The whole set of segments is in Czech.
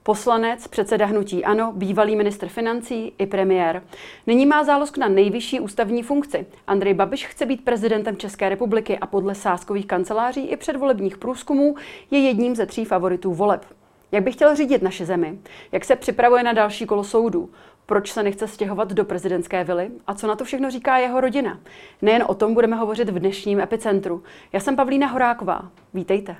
Poslanec, předseda hnutí ANO, bývalý ministr financí i premiér. Nyní má zálusk na nejvyšší ústavní funkci. Andrej Babiš chce být prezidentem České republiky a podle sázkových kanceláří i předvolebních průzkumů je jedním ze 3 favoritů voleb. Jak by chtěl řídit naši zemi? Jak se připravuje na další kolo soudů? Proč se nechce stěhovat do prezidentské vily? A co na to všechno říká jeho rodina? Nejen o tom budeme hovořit v dnešním Epicentru. Já jsem Pavlína Horáková. Vítejte.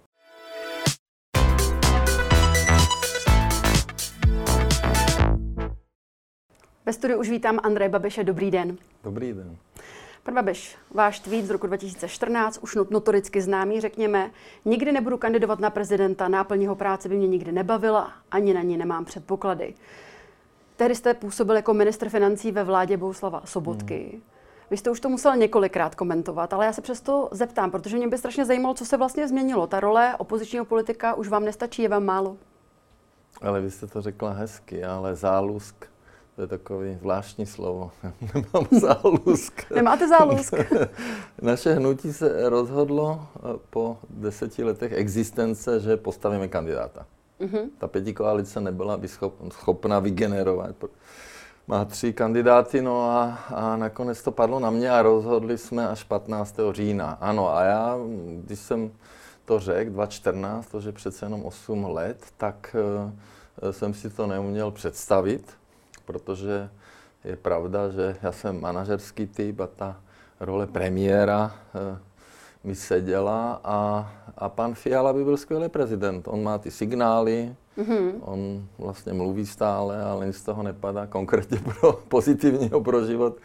Ve studiu už vítám Andreje Babiše. Dobrý den. Dobrý den. Pan Babiš, váš tweet z roku 2014, už notoricky známý, řekněme, nikdy nebudu kandidovat na prezidenta, náplň jeho práce by mě nikdy nebavila, ani na ní nemám předpoklady. Tehdy jste působil jako ministr financí ve vládě Bohuslava Sobotky. Vy jste už to musel několikrát komentovat, ale já se přesto zeptám, protože mě by strašně zajímalo, co se vlastně změnilo. Ta role opozičního politika už vám nestačí, je vám málo? Ale vy jste to řekla hezky, ale zálusk, to je takový zvláštní slovo. Nemám zálusk. Nemáte zálusk? Naše hnutí se rozhodlo po 10 letech existence, že postavíme kandidáta. Ta pětikoalice nebyla schopna vygenerovat. Má 3 kandidáty, no a nakonec to padlo na mě a rozhodli jsme až 15. října. Ano, a já, když jsem to řekl, 2014, to je přece jenom 8 let, tak jsem si to neuměl představit, protože je pravda, že já jsem manažerský typ a ta role premiéra mi seděla a pan Fiala by byl skvělý prezident. On má ty signály, on vlastně mluví stále, ale nic z toho nepadá konkrétně pozitivního pro život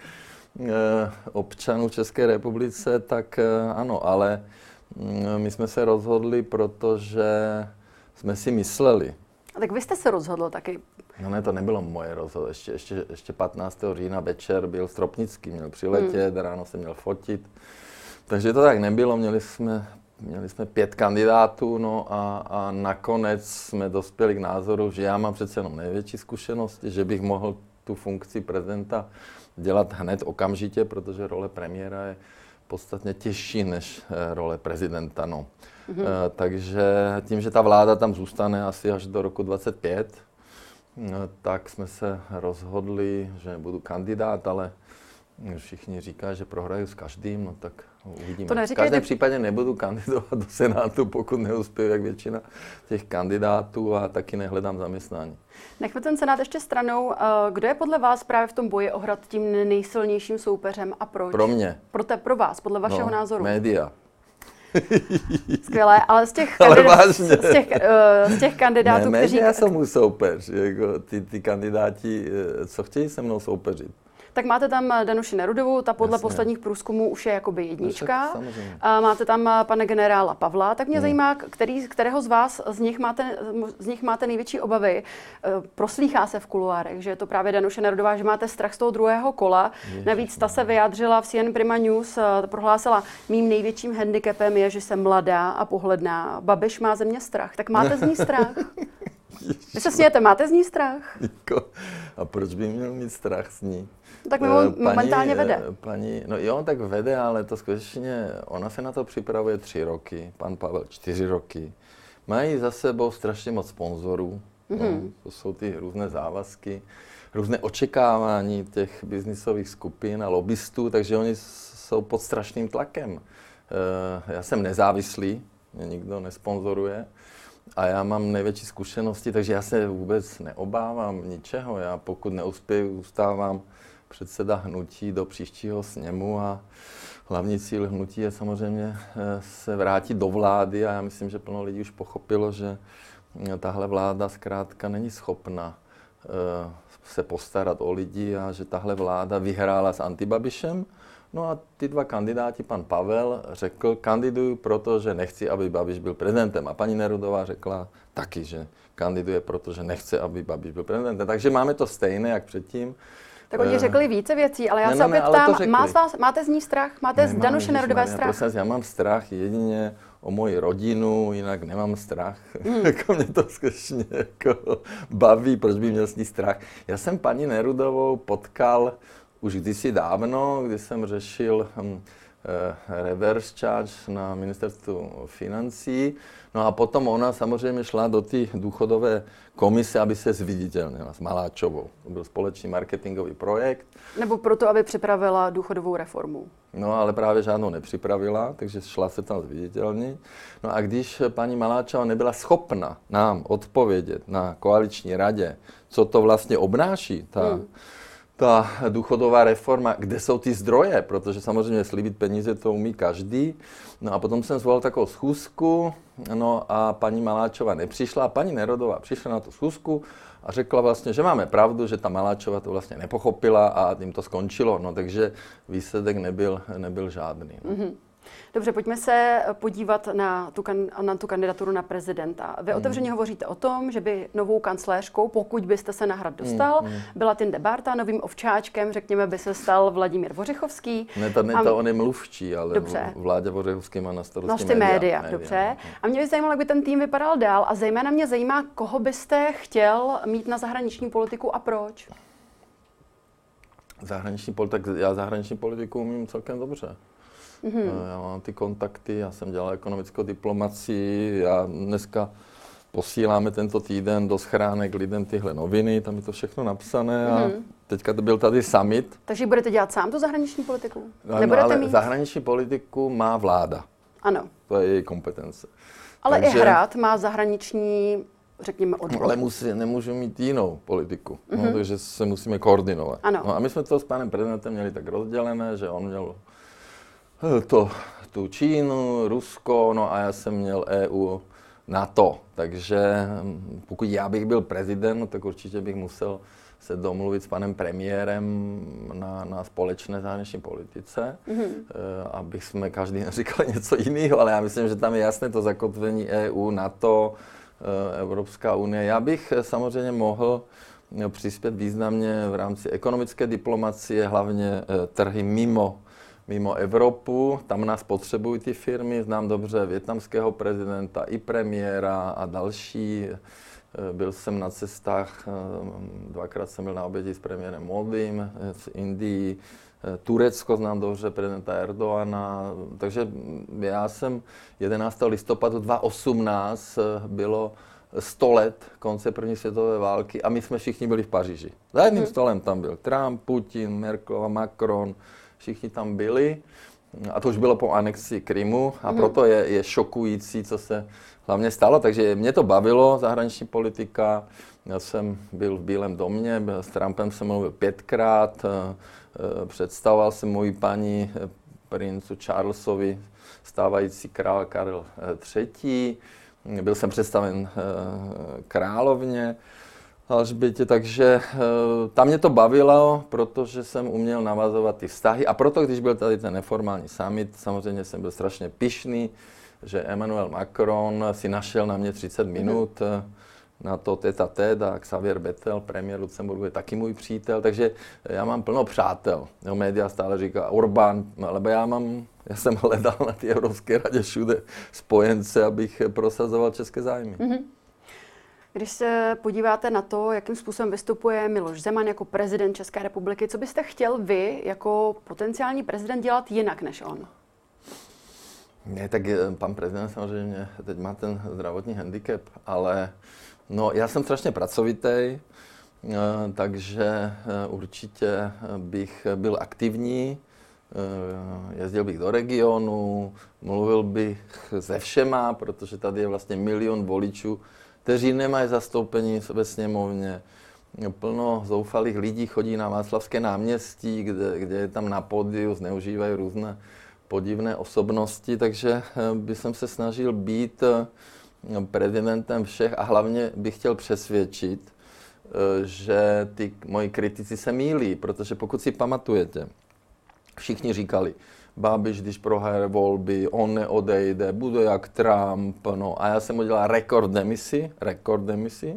občanů České republice, tak ano, ale my jsme se rozhodli, protože jsme si mysleli. A tak vy jste se rozhodl taky. No ne, to nebylo moje rozhodnutí. Ještě 15. října večer byl Stropnický, měl přiletět, ráno se měl fotit. Takže to tak nebylo, měli jsme 5 kandidátů, no a nakonec jsme dospěli k názoru, že já mám přece jenom největší zkušenosti, že bych mohl tu funkci prezidenta dělat hned okamžitě, protože role premiéra je podstatně těžší než role prezidenta. No. Takže tím, že ta vláda tam zůstane asi až do roku 2025, tak jsme se rozhodli, že budu kandidát, ale všichni říkají, že prohraju s každým, no tak uvidíme. V každém případě nebudu kandidovat do Senátu, pokud neuspěju jak většina těch kandidátů a taky nehledám zaměstnání. Nechme ten Senát ještě stranou. Kdo je podle vás právě v tom boji o hrad tím nejsilnějším soupeřem a proč? Pro mě. Pro vás, podle vašeho názoru? Média. Skvělé, ale z těch kandidátů, ne, kteří... Já jsem můj soupeř, jako ty kandidáti, co chtějí se mnou soupeřit. Tak máte tam Danuši Nerudovou, ta podle posledních průzkumů už je jakoby jednička. A máte tam pana generála Pavla, tak mě zajímá, kterého z vás z nich máte největší obavy. Proslýchá se v kuloárech, že je to právě Danuše Nerudová, že máte strach z toho druhého kola. Navíc ta se vyjádřila v CNN Prima News, prohlásila, mým největším handicapem je, že jsem mladá a pohledná. Babiš má ze mě strach. Tak máte z ní strach? Vy se smějete, máte z ní strach? A proč by měl mít strach z ní? Tak momentálně vede. No jo, tak vede, ale to skutečně, ona se na to připravuje 3 roky, pan Pavel 4 roky. Mají za sebou strašně moc sponzorů, to jsou ty různé závazky, různé očekávání těch biznisových skupin a lobbystů, takže oni jsou pod strašným tlakem. Já jsem nezávislý, mě nikdo nesponzoruje. A já mám největší zkušenosti, takže já se vůbec neobávám ničeho. Já pokud neuspěju, zůstávám předseda hnutí do příštího sněmu a hlavní cíl hnutí je samozřejmě se vrátit do vlády a já myslím, že plno lidí už pochopilo, že tahle vláda zkrátka není schopna se postarat o lidi a že tahle vláda vyhrála s Antibabišem. No a ty 2 kandidáti, pan Pavel řekl, kandiduju proto, že nechci, aby Babiš byl prezidentem. A paní Nerudová řekla taky, že kandiduje proto, že nechce, aby Babiš byl prezidentem. Takže máme to stejné, jak předtím. Tak oni řekli více věcí, ale já se opět ptám, máte z ní strach? Máte z Danuše Nerudové strach? Prosím, já mám strach jedině o moji rodinu, jinak nemám strach. Jako mě to skutečně jako baví, proč by měl s ní strach. Já jsem paní Nerudovou potkal už kdysi dávno, kdy jsem řešil reverse charge na ministerstvu financí. No a potom ona samozřejmě šla do té důchodové komise, aby se zviditelnila s Maláčovou. To byl společný marketingový projekt. Nebo proto, aby připravila důchodovou reformu. No ale právě žádnou nepřipravila, takže šla se tam zviditelnit. No a když paní Maláčová nebyla schopna nám odpovědět na koaliční radě, co to vlastně obnáší, ta důchodová reforma, kde jsou ty zdroje, protože samozřejmě slíbit peníze to umí každý. No a potom jsem zvolal takovou schůzku, no a paní Maláčová nepřišla, a paní Nerudová přišla na tu schůzku a řekla vlastně, že máme pravdu, že ta Maláčová to vlastně nepochopila a tím to skončilo. No takže výsledek nebyl žádný. No. Mm-hmm. Dobře, pojďme se podívat na tu kandidaturu na prezidenta. Vy otevřeně hovoříte o tom, že by novou kancléřkou, pokud byste se na Hrad dostal, byla Tinde Bárta, novým ovčáčkem, řekněme, by se stal Vladimír Vořichovský. Ne, on je mluvčí, ale Vláďa Vořichovský má na starosti média. Dobře. A mě by zajímalo, jak by ten tým vypadal dál a zejména mě zajímá, koho byste chtěl mít na zahraniční politiku a proč? Já zahraniční politiku umím celkem dobře. Já mám ty kontakty, já jsem dělal ekonomickou diplomacii, já dneska posíláme tento týden do schránek lidem tyhle noviny, tam je to všechno napsané a teďka to byl tady summit. Takže budete dělat sám tu zahraniční politiku? No, ale zahraniční politiku má vláda. Ano. To je její kompetence. Ale i Hrad má zahraniční, řekněme, odbor. Ale nemůžu mít jinou politiku, no, takže se musíme koordinovat. Ano. No, a my jsme to s panem prezidentem měli tak rozdělené, že on měl tu Čínu, Rusko, no a já jsem měl EU, NATO. Takže pokud já bych byl prezident, no, tak určitě bych musel se domluvit s panem premiérem na společné zahraniční politice, abych jsme každý neříkali něco jiného, ale já myslím, že tam je jasné to zakotvení EU, NATO, Evropská unie. Já bych samozřejmě mohl přispět významně v rámci ekonomické diplomacie, hlavně trhy mimo Evropu, tam nás potřebují ty firmy, znám dobře vietnamského prezidenta i premiéra a další. Byl jsem na cestách, dvakrát jsem byl na obědě s premiérem Modym z Indii, Turecko znám dobře, prezidenta Erdoana, takže já jsem 11. listopadu 2018 bylo 100 let konce první světové války a my jsme všichni byli v Paříži. Za jedním stolem tam byl Trump, Putin, Merkelova, Macron, všichni tam byli a to už bylo po anexi Krymu a proto je šokující, co se hlavně stalo. Takže mě to bavilo, zahraniční politika. Já jsem byl v Bílém domě, s Trumpem jsem mluvil 5krát, představoval jsem moji paní princu Charlesovi, stávající král Karel III. Byl jsem představen královně Alžbětě, takže tam mě to bavilo, protože jsem uměl navazovat ty vztahy a proto, když byl tady ten neformální summit, samozřejmě jsem byl strašně pyšný, že Emmanuel Macron si našel na mě 30 minut na to tête-à-tête a Xavier Bettel, premiér Lucemburku, je taky můj přítel, takže já mám plno přátel. Jo, média stále říká Orbán, ale já jsem hledal na té Evropské radě všude spojence, abych prosazoval české zájmy. Když se podíváte na to, jakým způsobem vystupuje Miloš Zeman jako prezident České republiky, co byste chtěl vy jako potenciální prezident dělat jinak než on? Ne, tak pan prezident samozřejmě teď má ten zdravotní handicap, ale no, já jsem strašně pracovitý, takže určitě bych byl aktivní, jezdil bych do regionu, mluvil bych se všema, protože tady je vlastně 1 milion voličů, kteří nemají zastoupení ve sněmovně. Plno zoufalých lidí chodí na Václavské náměstí, kde je tam na pódiu, zneužívají různé podivné osobnosti, takže bych se snažil být prezidentem všech a hlavně bych chtěl přesvědčit, že ty moji kritici se mýlí, protože pokud si pamatujete, všichni říkali, Babiš, když prohraje volby, on neodejde, bude jak Trump, no a já jsem udělal rekord demisi.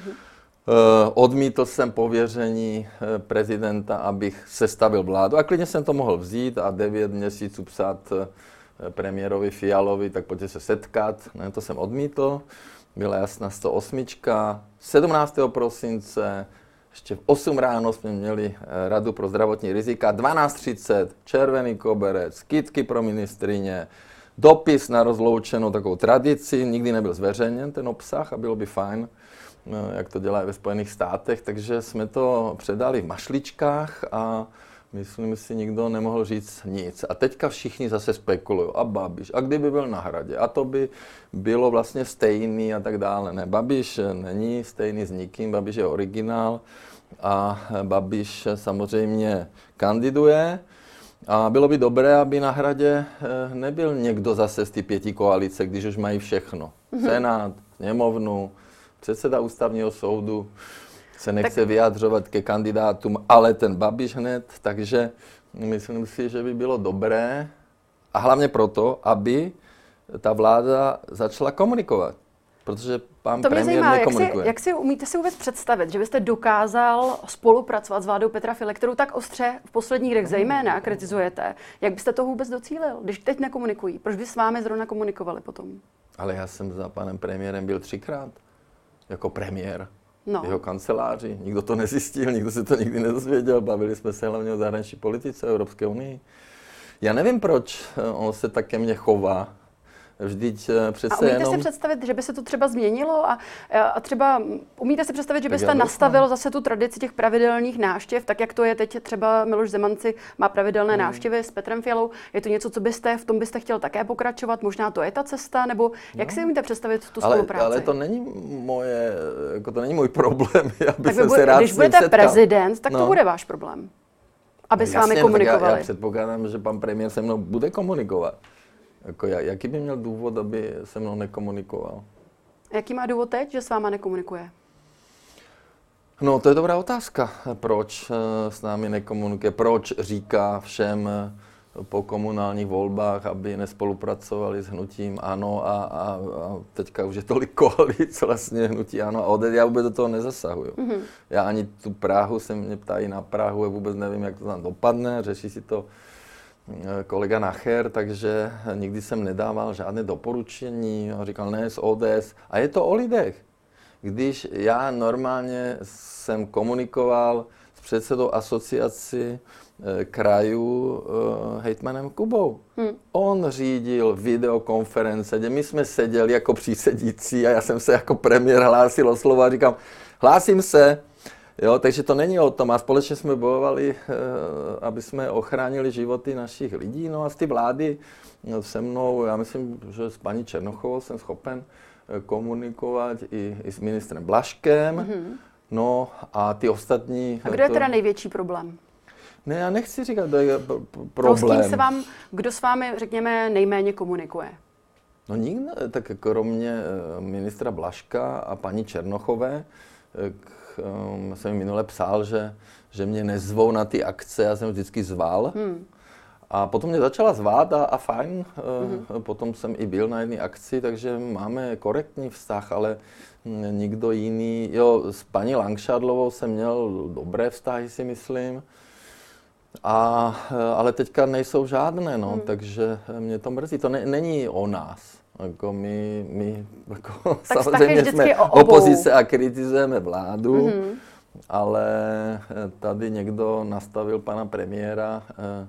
Odmítl jsem pověření prezidenta, abych sestavil vládu a klidně jsem to mohl vzít a 9 měsíců psát premiérovi Fialovi, tak pojďte se setkat. Ne, to jsem odmítl. Byla jasná 108. 17. prosince ještě v 8 ráno jsme měli Radu pro zdravotní rizika, 12:30, červený koberec, kytky pro ministryně, dopis na rozloučenou takovou tradici, nikdy nebyl zveřejněn ten obsah a bylo by fajn, jak to dělají ve Spojených státech, takže jsme to předali v mašličkách a myslím si, nikdo nemohl říct nic. A teďka všichni zase spekulují. A Babiš, a kdyby byl na Hradě? A to by bylo vlastně stejný a tak dále. Ne, Babiš není stejný s nikým, Babiš je originál a Babiš samozřejmě kandiduje. A bylo by dobré, aby na Hradě nebyl někdo zase z té 5 koalice, když už mají všechno. Senát, sněmovnu, předseda ústavního soudu se nechce vyjadřovat ke kandidátům, ale ten Babiš hned, takže myslím si, že by bylo dobré, a hlavně proto, aby ta vláda začala komunikovat, protože pan premiér nekomunikuje. Jak si umíte si vůbec představit, že byste dokázal spolupracovat s vládou Petra Fialy, kterou tak ostře v posledních dnech zejména kritizujete, jak byste to vůbec docílil, když teď nekomunikují? Proč by s vámi zrovna komunikovali potom? Ale já jsem za panem premiérem byl 3krát jako premiér. No. Jeho kanceláři. Nikdo to nezjistil, nikdo se to nikdy nedozvěděl. Bavili jsme se hlavně o zahraniční politice Evropské unii. Já nevím, proč on se tak ke mně chová. Vždyť přece umíte si představit, že by se to třeba změnilo a třeba umíte si představit, že byste nastavil zase tu tradici těch pravidelných návštěv, tak jak to je teď třeba Miloš Zeman si má pravidelné návštěvy s Petrem Fialou. Je to něco, co v tom byste chtěl také pokračovat? Možná to je ta cesta? Nebo jak si umíte představit tu spolupráci? Ale to není to není můj problém. Když budete prezident, tak to bude váš problém. Aby s vámi komunikovali. Já předpokládám, že pan premiér se mnou bude komunikovat. Jaký by měl důvod, aby se mnou nekomunikoval? Jaký má důvod teď, že s váma nekomunikuje? No, to je dobrá otázka. Proč s námi nekomunikuje? Proč říká všem po komunálních volbách, aby nespolupracovali s hnutím ANO a teďka už je tolik koalic vlastně hnutí ANO a ODS. Já vůbec do toho nezasahuju. Já ani tu Prahu, se mě ptají na Prahu, já vůbec nevím, jak to tam dopadne, řeší si to kolega Nacher, takže nikdy jsem nedával žádné doporučení a říkal ne z ODS. A je to o lidech. Když já normálně jsem komunikoval s předsedou asociaci krajů hejtmanem Kubou. On řídil videokonference, kde my jsme seděli jako přísedící a já jsem se jako premiér hlásil o slovo a říkám, hlásím se. Jo, takže to není o tom. A společně jsme bojovali, aby jsme ochránili životy našich lidí. No a z té vlády se mnou, já myslím, že s paní Černochovou jsem schopen komunikovat i s ministrem Blažkem. No a ty ostatní... A kdo je teda největší problém? Ne, já nechci říkat, to je problém. Kdo s vámi, řekněme, nejméně komunikuje? No nikdo, tak kromě ministra Blažka a paní Černochové, jsem minule psal, že mě nezvou na ty akce, já jsem vždycky zval. A potom mě začala zvát a fajn, potom jsem i byl na jedné akci, takže máme korektní vztah, ale nikdo jiný. Jo, s paní Langšádlovou jsem měl dobré vztahy, si myslím, ale teďka nejsou žádné, no, takže mě to mrzí. To není o nás. Jako my jako samozřejmě jsme opozice a kritizujeme vládu, ale tady někdo nastavil pana premiéra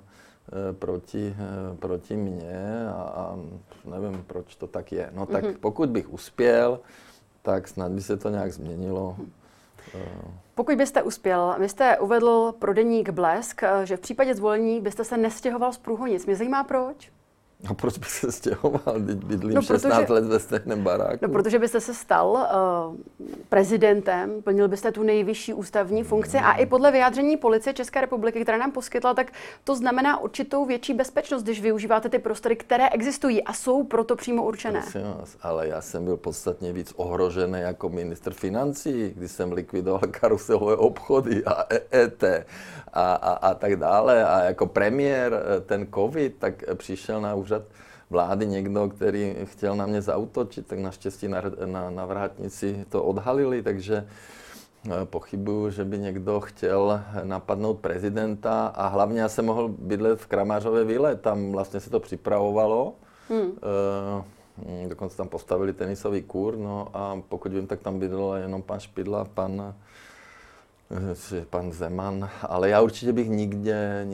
proti mně a nevím, proč to tak je. No tak pokud bych uspěl, tak snad by se to nějak změnilo. Pokud byste uspěl, vy jste uvedl pro deník Blesk, že v případě zvolení byste se nestěhoval z Průhonic. Mě zajímá proč? A proč by se stěhoval? Bydlím 16 let ve stejném baráku. No, protože byste se stal prezidentem, plnil byste tu nejvyšší ústavní funkci a i podle vyjádření Policie České republiky, která nám poskytla, tak to znamená určitou větší bezpečnost, když využíváte ty prostory, které existují a jsou proto přímo určené. Ale já jsem byl podstatně víc ohrožený jako ministr financí, když jsem likvidoval karuselové obchody a EET a tak dále. A jako premiér ten covid, tak přišel na úřad vlády někdo, který chtěl na mě zaútočit, tak naštěstí na vrátnici to odhalili, takže pochybuju, že by někdo chtěl napadnout prezidenta a hlavně já jsem mohl bydlet v Kramářové vile, tam vlastně se to připravovalo, dokonce tam postavili tenisový kurz, no a pokud vím, tak tam bydlel jenom pan Špidla, pan Pan Zeman, ale já určitě bych nikde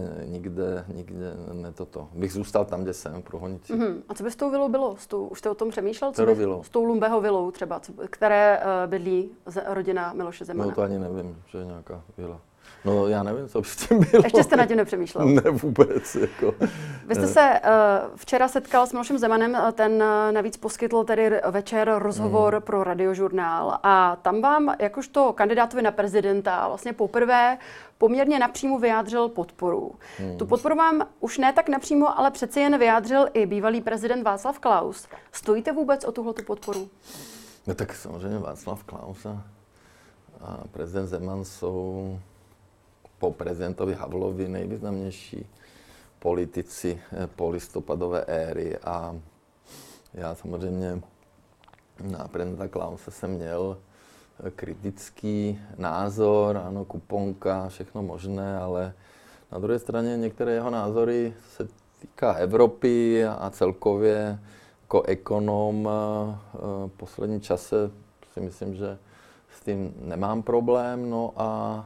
bych zůstal tam, kde jsem, v Průhonici. A co by s tou vilou bylo? Už jste o tom přemýšlel? S tou Lumbeho vilou třeba, které bydlí rodina Miloše Zemana? No to ani nevím, že je nějaká vila. No já nevím, co by s tím bylo. Ještě jste na tím nepřemýšlel? Ne, vůbec. Jako. Vy jste se včera setkal s Milošem Zemanem, ten navíc poskytl tedy večer rozhovor pro Radiožurnál a tam vám jakožto kandidátovi na prezidenta vlastně poprvé poměrně napřímo vyjádřil podporu. Tu podporu vám už ne tak napřímo, ale přeci jen vyjádřil i bývalý prezident Václav Klaus. Stojíte vůbec o tuhletu podporu? No tak samozřejmě Václav Klaus a prezident Zeman jsou po prezidentovi Havlovi nejvýznamnější politici polistopadové éry a já samozřejmě na prezidenta Klause jsem měl kritický názor, ano, kuponka, všechno možné, ale na druhé straně některé jeho názory se týká Evropy a celkově jako ekonom v posledním čase si myslím, že s tím nemám problém, no a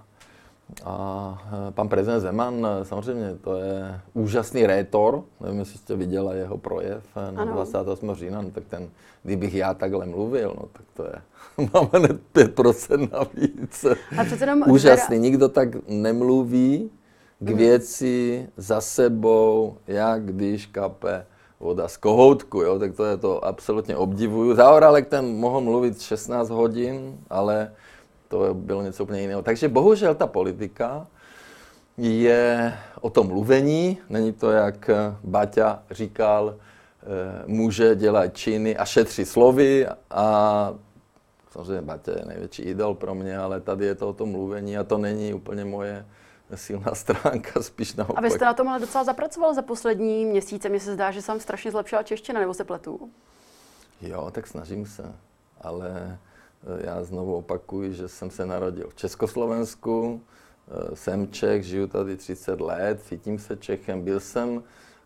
pan prezident Zeman, samozřejmě, to je úžasný rétor, nevím, jestli jste viděla jeho projev na 28. října, no, tak ten, kdybych já takhle mluvil, no tak to je, máme hned 5% navíc. Úžasný, nikdo tak nemluví k věci za sebou, jak když kape voda z kohoutku, jo, tak to je to absolutně obdivuju. Zaorálek ten mohl mluvit 16 hodin, ale to bylo něco úplně jiného. Takže bohužel ta politika je o tom mluvení. Není to, jak Baťa říkal, může dělat činy a šetří slovy. A samozřejmě Baťa je největší idol pro mě, ale tady je to o tom mluvení a to není úplně moje silná stránka, spíš naopak. A vy jste na tom ale docela zapracoval za poslední měsíce. Mně se zdá, že se vám strašně zlepšila čeština, nebo se pletu? Jo, tak snažím se, ale já znovu opakuju, že jsem se narodil v Československu, jsem Čech, žiju tady 30 let, cítím se Čechem, byl jsem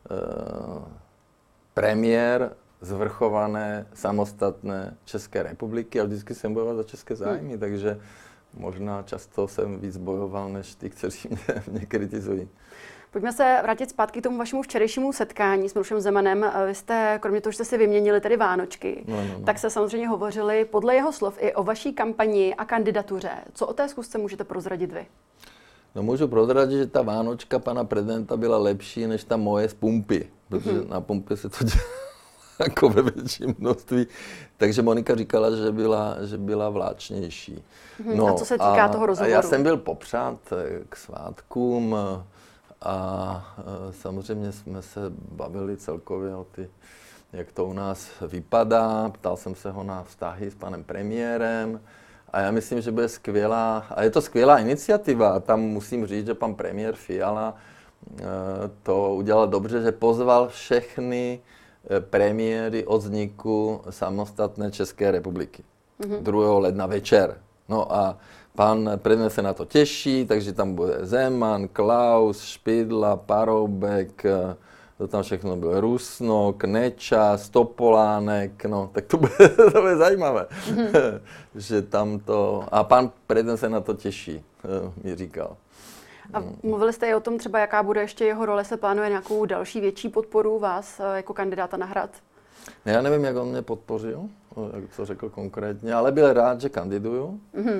premiér zvrchované, samostatné České republiky a vždycky jsem bojoval za české zájmy, takže možná často jsem víc bojoval, než ty, kteří mě kritizují. Pojďme se vrátit zpátky k tomu vašemu včerejšímu setkání s Milošem Zemanem. Vy jste, kromě toho, že jste si vyměnili tedy Vánočky, tak se samozřejmě hovořili podle jeho slov i o vaší kampani a kandidatuře. Co o té schůzce můžete prozradit vy? No můžu prozradit, že ta Vánočka pana prezidenta byla lepší než ta moje z pumpy, protože na pumpě se to dělá jako ve větším množství. Takže Monika říkala, že byla vláčnější. No, a co se týká toho rozhovoru? A já jsem byl popřát k svátkům a samozřejmě jsme se bavili celkově o ty, jak to u nás vypadá. Ptal jsem se ho na vztahy s panem premiérem a já myslím, že bude skvělá, a je to skvělá iniciativa. A tam musím říct, že pan premiér Fiala to udělal dobře, že pozval všechny premiéry od vzniku samostatné České republiky. 2. ledna večer. No a pan prezident se na to těší, takže tam bude Zeman, Klaus, Špidla, Paroubek, to tam všechno bylo, Rusnok, Nečas, Topolánek, no, tak to bude zajímavé, že tam to, a pan prezident se na to těší, mi říkal. A mluvili jste i o tom třeba, jaká bude ještě jeho role, se plánuje nějakou další větší podporu vás jako kandidáta na Hrad? Já nevím, jak on mě podpořil, co řekl konkrétně, ale byl rád, že kandiduju.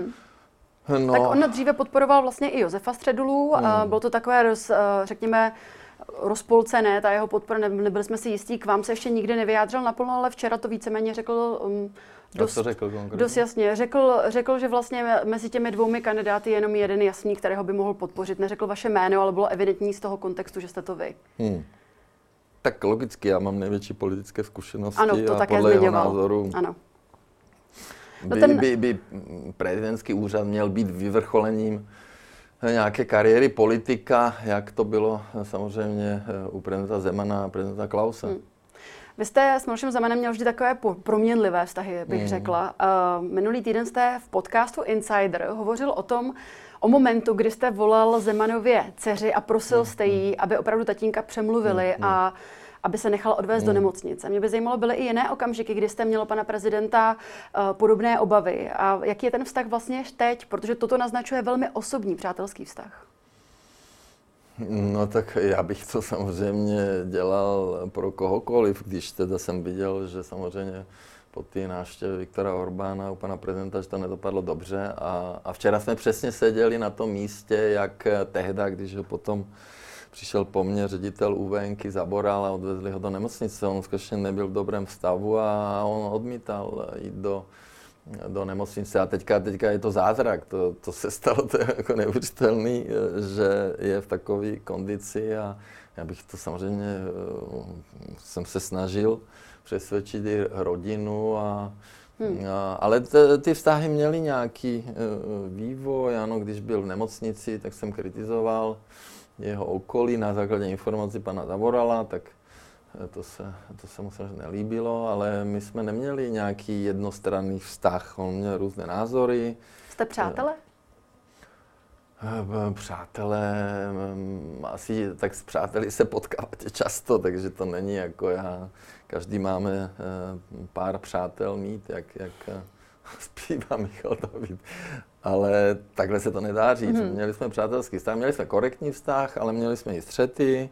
No. Tak on dříve podporoval vlastně i Josefa Středulu a bylo to takové, řekněme, rozpolcené, ta jeho podpora, nebyli jsme si jistí, k vám se ještě nikdy nevyjádřil naplno, ale včera to víceméně řekl dost jasně. Řekl, že vlastně mezi těmi dvoumi kandidáty je jenom jeden jasný, kterého by mohl podpořit. Neřekl vaše jméno, ale bylo evidentní z toho kontextu, že jste to vy. Tak logicky, já mám největší politické zkušenosti ano, to a také podle zmiňoval. Jeho názoru ano. By prezidentský úřad měl být vyvrcholením nějaké kariéry politika, jak to bylo samozřejmě u prezidenta Zemana a prezidenta Klause. Vy jste s Milošem Zemanem měl vždy takové proměnlivé vztahy, bych řekla. Minulý týden jste v podcastu Insider hovořil o momentu, kdy jste volal Zemanově dceři a prosil jste jí, aby opravdu tatínka přemluvili a aby se nechal odvést do nemocnice. Mě by zajímalo, byly i jiné okamžiky, kdy jste měl pana prezidenta podobné obavy. A jaký je ten vztah vlastně teď? Protože toto naznačuje velmi osobní přátelský vztah. No tak já bych to samozřejmě dělal pro kohokoliv, když teda jsem viděl, že samozřejmě po té návštěvě Viktora Orbána u pana prezidenta, že to nedopadlo dobře. A včera jsme přesně seděli na tom místě, jak tehda, když ho potom přišel po mně ředitel ÚVNky, zaboral a odvezli ho do nemocnice. On skutečně nebyl v dobrém stavu a on odmítal jít do nemocnice. A teďka je to zázrak. To se stalo, to je jako neuvěřitelný, že je v takové kondici a já bych to samozřejmě, jsem se snažil přesvědčit i rodinu, ale ty vztahy měly nějaký vývoj. Ano, když byl v nemocnici, tak jsem kritizoval jeho okolí na základě informací pana Zavorala, tak to se mu samozřejmě nelíbilo, ale my jsme neměli nějaký jednostranný vztah. On měl různé názory. Jste přátelé? Přátelé, asi tak s přáteli se potkáváte často, takže to není jako já. Každý máme pár přátel mít, jak zpívá Michal David. Ale takhle se to nedá říct. Měli jsme přátelský vztah, měli jsme korektní vztah, ale měli jsme i střety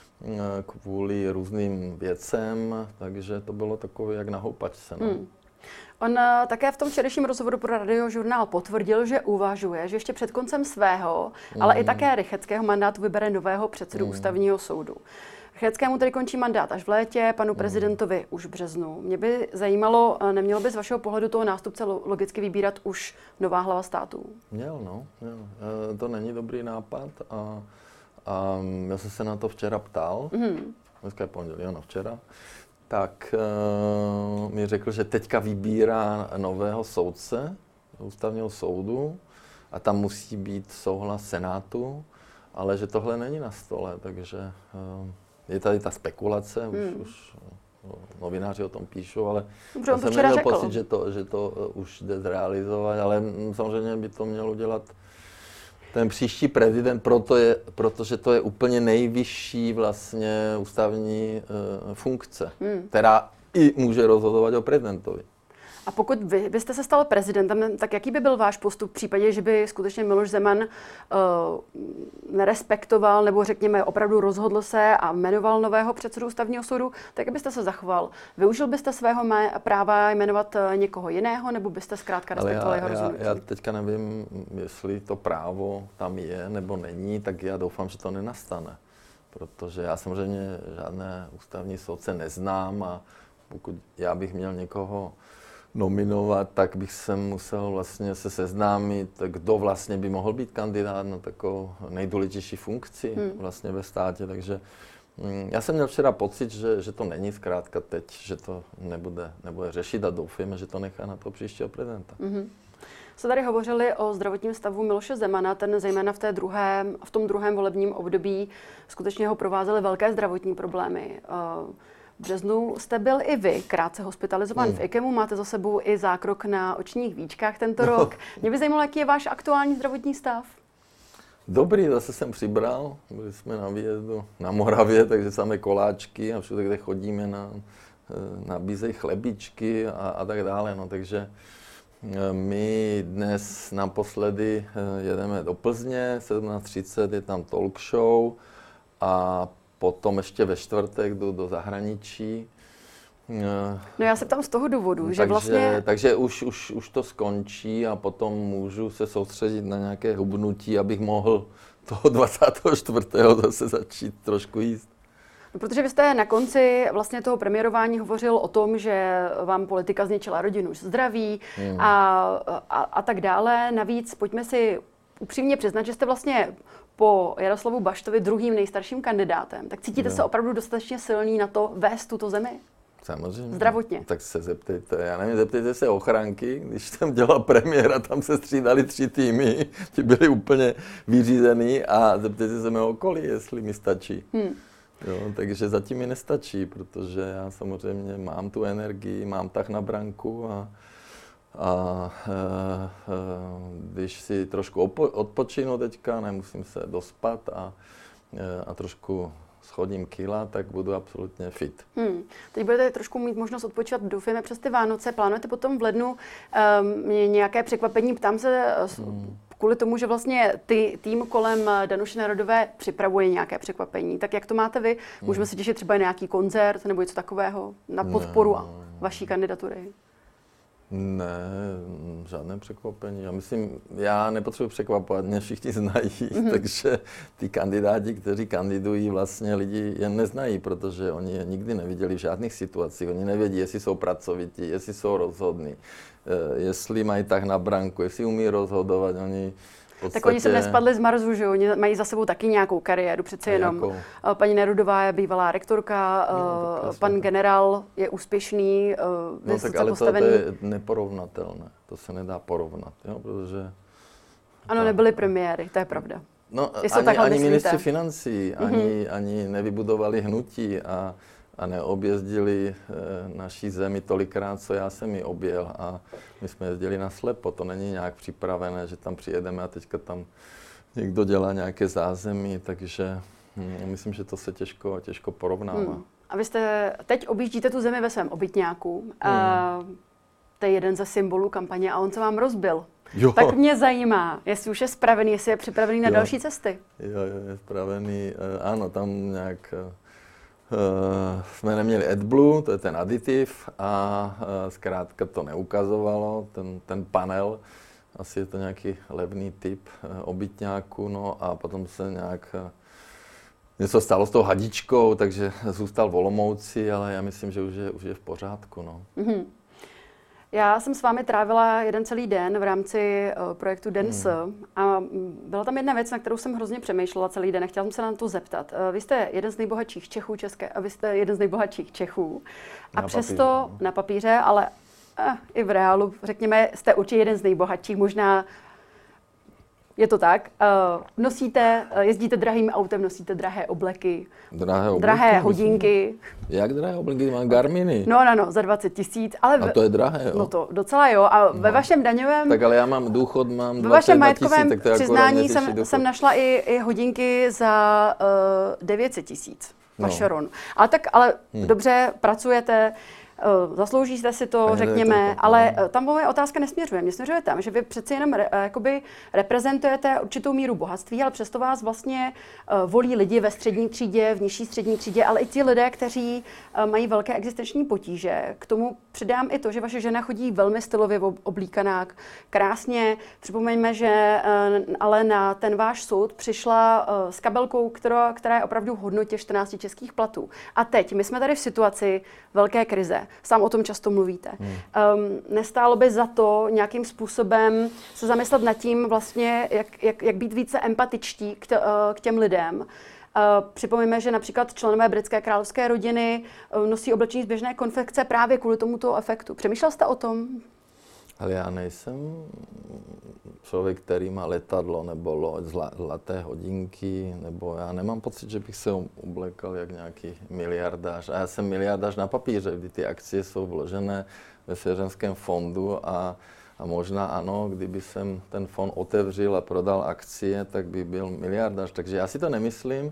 kvůli různým věcem, takže to bylo takové jak na houpačce. No. On také v tom včerejším rozhovoru pro Radiožurnál potvrdil, že uvažuje, že ještě před koncem svého, ale i také Rychetského mandátu vybere nového předsedu ústavního soudu. Rychetkému tedy končí mandát až v létě, panu prezidentovi už v březnu. Mě by zajímalo, nemělo by z vašeho pohledu toho nástupce logicky vybírat už nová hlava státu? Měl. To není dobrý nápad a já jsem se na to včera ptal, dneska je pondělí, včera, tak mi řekl, že teďka vybírá nového soudce ústavního soudu a tam musí být souhlas Senátu, ale že tohle není na stole, takže je tady ta spekulace, už novináři o tom píšou, ale já jsem neměl pocit, že to už jde zrealizovat, ale samozřejmě by to měl udělat ten příští prezident, protože to je úplně nejvyšší vlastně ústavní funkce, která i může rozhodovat o prezidentovi. A pokud vy byste se stal prezidentem, tak jaký by byl váš postup v případě, že by skutečně Miloš Zeman nerespektoval nebo řekněme opravdu rozhodl se a jmenoval nového předsedu ústavního soudu, tak jak byste se zachoval? Využil byste svého práva jmenovat někoho jiného nebo byste zkrátka respektoval jeho rozhodnutí? Já teďka nevím, jestli to právo tam je nebo není, tak já doufám, že to nenastane. Protože já samozřejmě žádné ústavní soudce neznám a pokud já bych měl někoho nominovat, tak bych se musel vlastně se seznámit, kdo vlastně by mohl být kandidát na takovou nejdůležitější funkci vlastně ve státě. Takže já jsem měl včera pocit, že to není zkrátka teď, že to nebude řešit a doufujeme, že to nechá na to příštího prezidenta. Se tady hovořili o zdravotním stavu Miloše Zemana, ten zejména v tom druhém volebním období skutečně ho provázely velké zdravotní problémy. V březnu jste byl i vy krátce hospitalizován v IKEMu, máte za sebou i zákrok na očních víčkách tento rok. Mě by zajímalo, jaký je váš aktuální zdravotní stav? Dobrý, zase jsem přibral, byli jsme na výjezdu na Moravě, takže samé koláčky a všude, kde chodíme, nabízejí chlebičky a tak dále. No, takže my dnes naposledy jedeme do Plzně, 17:30 je tam talk show a potom ještě ve čtvrtek jdu do zahraničí. No já se ptám z toho důvodu, že vlastně... Takže už to skončí a potom můžu se soustředit na nějaké hubnutí, abych mohl toho 24. zase začít trošku jíst. No, protože vy jste na konci vlastně toho premiérování hovořil o tom, že vám politika zničila rodinu, zdraví a tak dále. Navíc pojďme si upřímně přiznat, že jste vlastně po Jaroslavu Baštovi druhým nejstarším kandidátem. Tak cítíte se opravdu dostatečně silný na to vést tuto zemi? Samozřejmě. Zdravotně. Tak se zeptejte, já nevím, zeptejte se ochranky, když jsem dělal premiéra, tam se střídali 3 týmy, ti byli úplně vyřízený a zeptejte se mého okolí, jestli mi stačí. Jo, takže zatím mi nestačí, protože já samozřejmě mám tu energii, mám tah na branku a když si trošku odpočinu teďka, nemusím se dospat a trošku schodím kila, tak budu absolutně fit. Teď budete trošku mít možnost odpočívat, doufujeme, přes ty Vánoce. Plánujete potom v lednu nějaké překvapení? Ptám se kvůli tomu, že vlastně tým kolem Danuše Nerudové připravuje nějaké překvapení. Tak jak to máte vy? Můžeme se těšit třeba na nějaký koncert nebo něco takového na podporu vaší kandidatury? Ne, žádné překvapení. Já nepotřebuji překvapovat, mě všichni znají, takže ty kandidáti, kteří kandidují, vlastně lidi jen neznají, protože oni je nikdy neviděli v žádných situacích. Oni nevědí, jestli jsou pracovití, jestli jsou rozhodní, jestli mají tak na branku, jestli umí rozhodovat. Tak oni se nespadli z Marsu, že jo? Oni mají za sebou taky nějakou kariéru, přece jenom. Paní Nerudová je bývalá rektorka, pan generál je úspěšný, no tak ale postavený. To je neporovnatelné, to se nedá porovnat, jo? Protože... Ano, nebyli premiéry, to je pravda. No, ani ministři financí, ani nevybudovali hnutí a neobjezdili naší zemi tolikrát, co já jsem ji objel a my jsme jezdili naslepo, to není nějak připravené, že tam přijedeme a teďka tam někdo dělá nějaké zázemí, takže myslím, že to se těžko porovnává. A vy teď objíždíte tu zemi ve svém obytňáku, to je jeden ze symbolů kampaně a on se vám rozbil. Jo. Tak mě zajímá, jestli už je spravený, jestli je připravený na další cesty. Jo, je spravený, ano, tam nějak... jsme neměli AdBlue, to je ten aditiv a zkrátka to neukazovalo, ten panel, asi je to nějaký levný typ obytňáku, no a potom se nějak něco stalo s tou hadičkou, takže zůstal v Olomouci, ale já myslím, že už je v pořádku, no. Já jsem s vámi trávila jeden celý den v rámci projektu Den S a byla tam jedna věc, na kterou jsem hrozně přemýšlela celý den a chtěla jsem se na to zeptat. Vy jste jeden z nejbohatších Čechů a vy jste jeden z nejbohatších Čechů a přesto na papíře, ale i v reálu, řekněme, jste určitě jeden z nejbohatších, možná je to tak. Jezdíte drahým autem, nosíte drahé obleky, drahé hodinky. Jak drahé obleky? Mám Garminy. No, za 20 000. Ale a to je drahé, jo? No to docela jo. A ve vašem daňovém... Tak ale já mám důchod, mám 22 000. Ve vašem majetkovém přiznání jsem našla i hodinky za 900 000. Vašeron. Ale dobře, pracujete, zasloužíte si to, řekněme, ale tam moje otázka nesměřuje. Mě směřuje tam, že vy přeci jenom jakoby reprezentujete určitou míru bohatství, ale přesto vás vlastně volí lidi ve střední třídě, v nižší střední třídě, ale i ti lidé, kteří mají velké existenční potíže. K tomu přidám i to, že vaše žena chodí velmi stylově oblíkaná, krásně. Připomeňme, že ale na ten váš soud přišla s kabelkou, která je opravdu v hodnotě 14 českých platů. A teď, my jsme tady v situaci velké krize. Sám o tom často mluvíte. Nestálo by za to nějakým způsobem se zamyslet nad tím vlastně, jak být více empatičtí k těm lidem. Připomeňme, že například členové britské královské rodiny nosí oblečení z běžné konfekce právě kvůli tomuto efektu. Přemýšlel jste o tom? Ale já nejsem člověk, který má letadlo nebo zlaté hodinky, nebo já nemám pocit, že bych se oblekal jak nějaký miliardář. A já jsem miliardář na papíře, kdy ty akcie jsou vložené ve svěřenském fondu a možná ano, kdyby jsem ten fond otevřel a prodal akcie, tak by byl miliardář. Takže já si to nemyslím.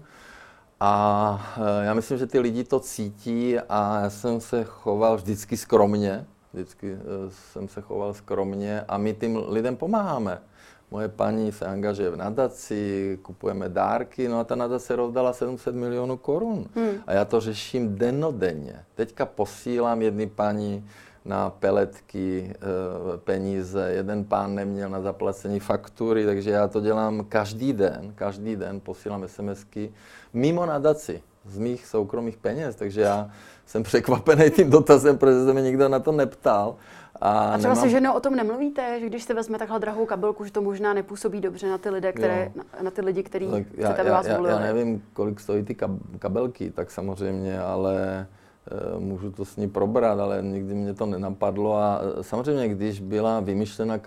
A já myslím, že ty lidi to cítí a já jsem se choval vždycky skromně. Vždycky jsem se choval skromně a my tím lidem pomáháme. Moje paní se angažuje v nadaci, kupujeme dárky, no a ta nadace rozdala 700 milionů korun. A já to řeším dennodenně. Teďka posílám jedné paní na peletky peníze, jeden pán neměl na zaplacení faktury, takže já to dělám každý den posílám SMSky mimo nadaci z mých soukromých peněz, takže já jsem překvapený tím dotazem, protože se mi nikdo na to neptal. A třeba se ženou o tom nemluvíte, že když se vezme takhle drahou kabelku, že to možná nepůsobí dobře na ty lidi, na ty lidi, kteří se vás volili? Já nevím, kolik stojí ty kabelky, tak samozřejmě, ale můžu to s ní probrat, ale nikdy mě to nenapadlo. A samozřejmě, když byla vymyšlena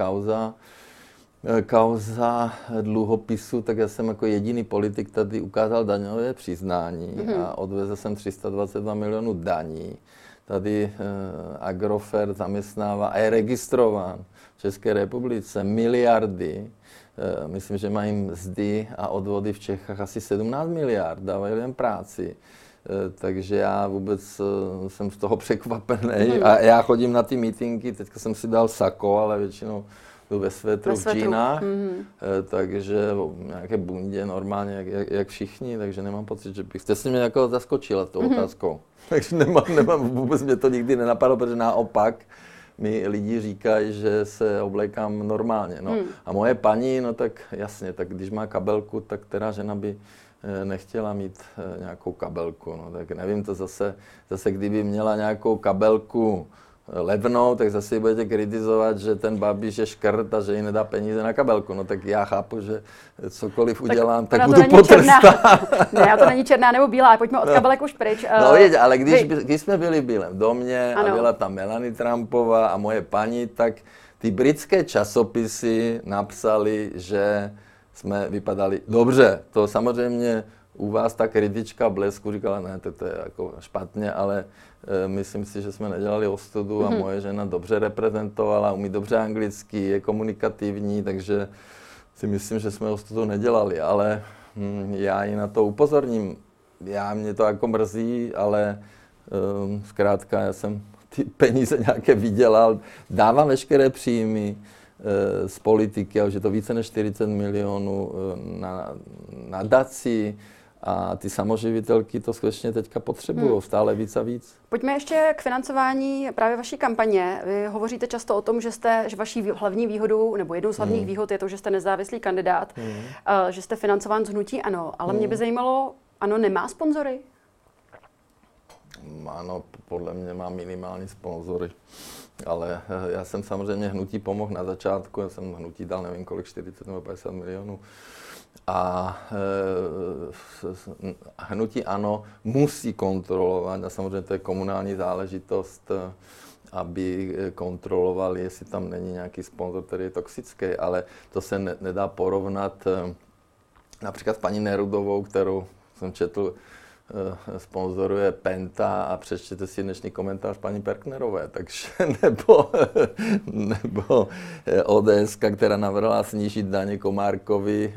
kauza dluhopisu, tak já jsem jako jediný politik tady ukázal daňové přiznání a odvezl jsem 322 milionů daní. Tady Agrofert zaměstnává a je registrován v České republice miliardy myslím, že mají mzdy a odvody v Čechách asi 17 miliard, dávají lidem práci. Takže já vůbec jsem z toho překvapený a já chodím na ty meetingy, teďka jsem si dal sako, ale většinou jdu ve svetru v džínách, takže nějaké bundě normálně, jak všichni, takže nemám pocit, že bych... Jste si mě jako zaskočila tou otázkou, takže nemám, vůbec mě to nikdy nenapadlo, protože naopak mi lidi říkají, že se oblékám normálně. No. A moje paní, no tak jasně, tak když má kabelku, tak která žena by nechtěla mít nějakou kabelku. No, tak nevím, to zase kdyby měla nějakou kabelku levnou, tak zase budete kritizovat, že ten Babiš je škrt a že jí nedá peníze na kabelku. No tak já chápu, že cokoliv udělám, tak budu potrestán. Ne, to není černá nebo bílá, pojďme od kabelek už pryč. No vidíte, ale když jsme byli v Bílém domě a byla tam Melanie Trumpová a moje paní, tak ty britské časopisy napsali, že jsme vypadali dobře. To samozřejmě u vás ta kritička Blesku říkala, ne, to je jako špatně, ale myslím si, že jsme nedělali ostudu a moje žena dobře reprezentovala, umí dobře anglicky, je komunikativní, takže si myslím, že jsme ostudu nedělali, ale já ji na to upozorním. Mě to jako mrzí, ale zkrátka já jsem ty peníze nějaké vydělal, dávám veškeré příjmy z politiky, a už je to více než 40 milionů na nadaci a ty samoživitelky to skutečně teďka potřebují stále víc a víc. Pojďme ještě k financování právě vaší kampaně. Vy hovoříte často o tom, že vaší hlavní výhodou, nebo jednou z hlavních výhod je to, že jste nezávislý kandidát, že jste financován z hnutí ANO, ale mě by zajímalo, ANO nemá sponzory? Ano, podle mě má minimální sponzory. Ale já jsem samozřejmě hnutí pomohl na začátku, já jsem hnutí dal nevím kolik, 40 nebo 50 milionů. A hnutí ANO musí kontrolovat, a samozřejmě to je komunální záležitost, aby kontrolovali, jestli tam není nějaký sponzor, který je toxický, ale to se nedá porovnat například s paní Nerudovou, kterou jsem četl, sponzoruje Penta a přečtěte si dnešní komentář paní Perknerové, takže nebo ODS, která navrhla snížit daně Komárkovi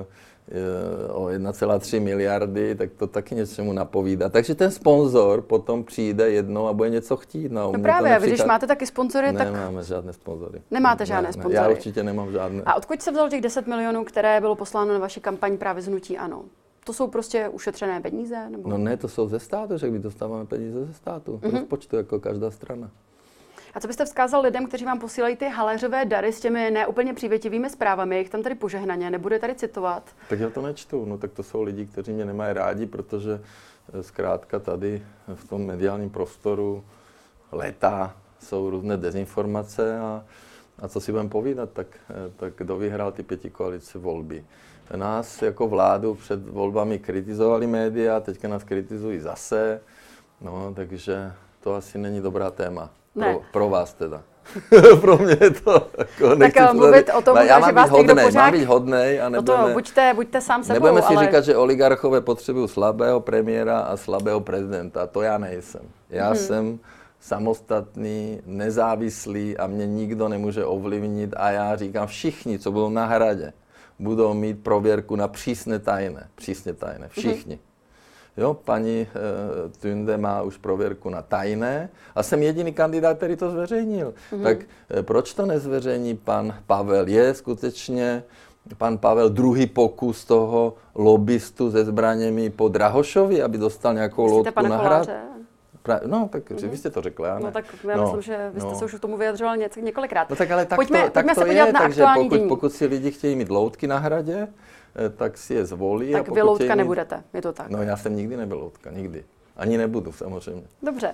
o 1,3 miliardy, tak to taky něčemu napovídá. Takže ten sponzor potom přijde jednou a bude něco chtít. No právě, vy když máte taky sponzory, tak... Nemáme žádné sponzory. Nemáte žádné sponzory? Já určitě nemám žádné. A odkud se vzalo těch 10 milionů, které bylo posláno na vaši kampaň právě z hnutí ANO? To jsou prostě ušetřené peníze? Nebo? No ne, to jsou ze státu, že my dostáváme peníze ze státu, rozpočtu jako každá strana. A co byste vzkázal lidem, kteří vám posílají ty haléřové dary s těmi neúplně přívětivými zprávami, jich tam tady požehnaně, nebude tady citovat? Tak já to nečtu, no tak to jsou lidi, kteří mě nemají rádi, protože zkrátka tady v tom mediálním prostoru léta jsou různé dezinformace a co si budeme povídat, tak kdo vyhrál ty pětikoalice volby. Nás jako vládu před volbami kritizovali média, teďka nás kritizují zase, no takže to asi není dobrá téma. Pro vás teda. Pro mě je to jako tak mluvit o tom, že vás někdo pořád... Mám být hodnej a nebudeme... Buďte sám sebou, nebudeme si říkat, že oligarchové potřebují slabého premiéra a slabého prezidenta. To já nejsem. Já jsem samostatný, nezávislý a mě nikdo nemůže ovlivnit a já říkám, všichni, co budou na Hradě, budou mít prověrku na přísně tajné, všichni. Jo, paní Tunde má už prověrku na tajné a jsem jediný kandidát, který to zveřejnil. Tak proč to nezveřejní pan Pavel? Je skutečně pan Pavel druhý pokus toho lobbystu se zbraněmi po Drahošovi, aby dostal nějakou loutku na Hrad? No, tak vy jste to řekla, já ne. No tak já myslím, že vy jste se už k tomu vyjadřoval několikrát. No tak ale pojďme to se podívat na takže aktuální pokud si lidi chtějí mít loutky na Hradě, tak si je zvolí. Tak vy loutka nebudete, je to tak? No já jsem nikdy nebyl loutka, nikdy. Ani nebudu samozřejmě. Dobře.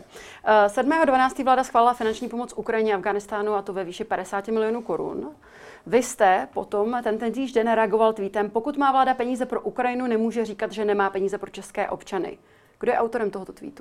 7.12. vláda schválila finanční pomoc Ukrajině a Afghánistánu a to ve výši 50 milionů korun. Vy jste potom tentýž den reagoval tweetem, pokud má vláda peníze pro Ukrajinu, nemůže říkat, že nemá peníze pro české občany. Kdo je autorem tohoto tweetu?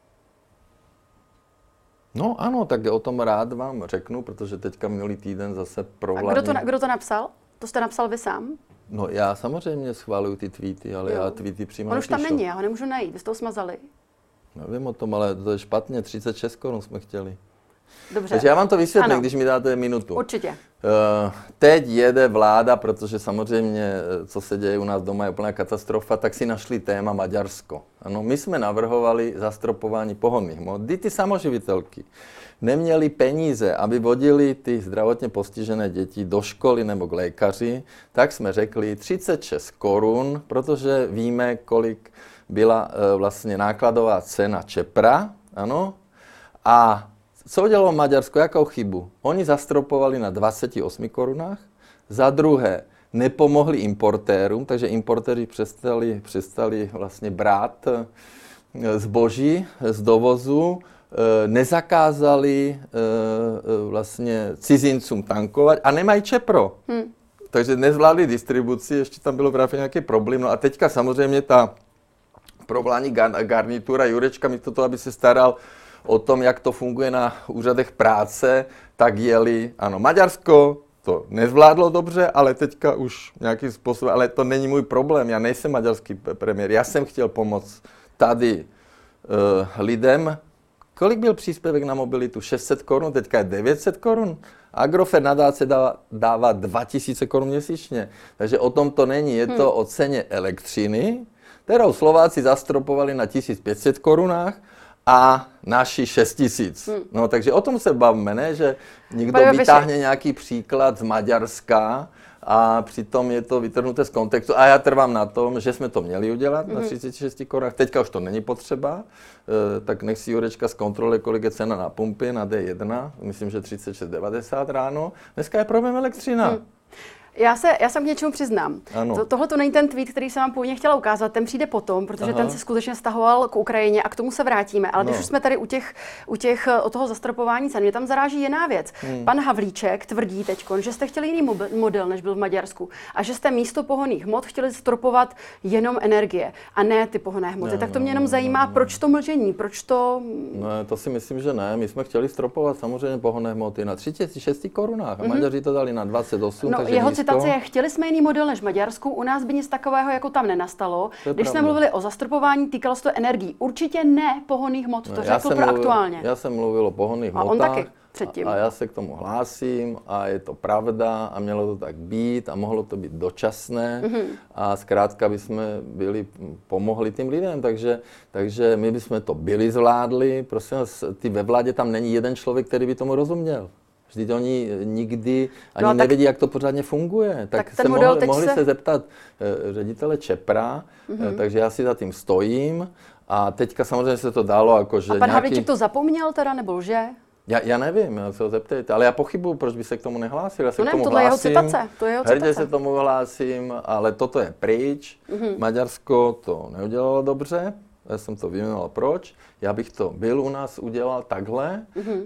No ano, tak o tom rád vám řeknu, protože teďka minulý týden zase provládní... A kdo to napsal? To jste napsal vy sám? No já samozřejmě schváluju ty tweety, ale já tweety přímo On už tam není, já ho nemůžu najít, vy jste ho smazali. Nevím o tom, ale to je špatně, 36 korun jsme chtěli. Dobře. Takže já vám to vysvětlím, když mi dáte minutu. Určitě. Teď jede vláda, protože samozřejmě, co se děje u nás doma, je úplná katastrofa, tak si našli téma Maďarsko. Ano, my jsme navrhovali zastropování pohonných hmot. Ty samoživitelky neměli peníze, aby vodili ty zdravotně postižené děti do školy nebo k lékaři, tak jsme řekli 36 korun, protože víme, kolik byla vlastně nákladová cena Čepra, ano, a co udělalo Maďarsko, jakou chybu? Oni zastropovali na 28 korunách, za druhé nepomohli importérům, takže importéři přestali vlastně brát zboží z dovozu, nezakázali vlastně cizincům tankovat a nemají Čepro. Takže nezvládli distribuci, ještě tam bylo právě nějaký problém. No a teďka samozřejmě ta provládní garnitura Jurečka místo toho, aby se staral o tom, jak to funguje na úřadech práce, tak jeli, ano, Maďarsko to nezvládlo dobře, ale teďka už nějakým způsobem, ale to není můj problém, já nejsem maďarský premiér, já jsem chtěl pomoct tady lidem. Kolik byl příspěvek na mobilitu? 600 korun, teďka je 900 korun. Agrofert nadáce dává 2000 korun měsíčně, takže o tom to není, je to o ceně elektřiny, kterou Slováci zastropovali na 1500 korunách, a naši 6000. No, takže o tom se bavíme, ne? Že někdo vytáhne nějaký příklad z Maďarska a přitom je to vytrhnuté z kontextu. A já trvám na tom, že jsme to měli udělat na 36 korunách. Teďka už to není potřeba, tak nech si Jurečka zkontroluje, kolik je cena na pumpy, na D1, myslím, že 36,90 ráno. Dneska je problém elektřina. Já se k něčemu přiznám. Tohle to není ten tweet, který jsem vám původně chtěla ukázat, ten přijde potom, protože ten se skutečně stahoval k Ukrajině a k tomu se vrátíme. Ale když už jsme tady u toho zastropování cen, mě tam zaráží jiná věc. Pan Havlíček tvrdí teďkon, že jste chtěli jiný model, než byl v Maďarsku, a že jste místo pohonných hmot chtěli stropovat jenom energie a ne ty pohonné hmoty. Tak to mě jenom zajímá, proč to mlžení, proč to... Ne, to si myslím, že ne. My jsme chtěli stropovat samozřejmě pohonné hmoty na 36 korunách a Maďaři to dali na 28, takže chtěli jsme jiný model než v Maďarsku, u nás by nic takového jako tam nenastalo. Když jsme mluvili o zastropování, týkalo se to energií. Určitě ne pohonných hmot, to řekl pro aktuálně. Já jsem mluvil o pohonných hmotách. A on taky předtím. A já se k tomu hlásím a je to pravda a mělo to tak být a mohlo to být dočasné a zkrátka bychom pomohli tím lidem, takže my bychom to byli zvládli. Prosím vás, ty ve vládě tam není jeden člověk, který by tomu rozuměl. Vždyť oni nikdy ani nevědí, jak to pořádně funguje. Tak se mohli se zeptat ředitele Čepra, takže já si za tím stojím a teďka samozřejmě se to dalo jakože A pan Havlíček to zapomněl teda, nebo lže? Já nevím, se ho zeptejte, ale já pochybuju, proč by se k tomu nehlásil. Já se k tomu tohle hlásím, je jeho citace. hrdě se tomu hlásím, ale toto je pryč. Maďarsko to neudělalo dobře. Já jsem to vyjmenoval proč. Já bych to byl u nás udělal takhle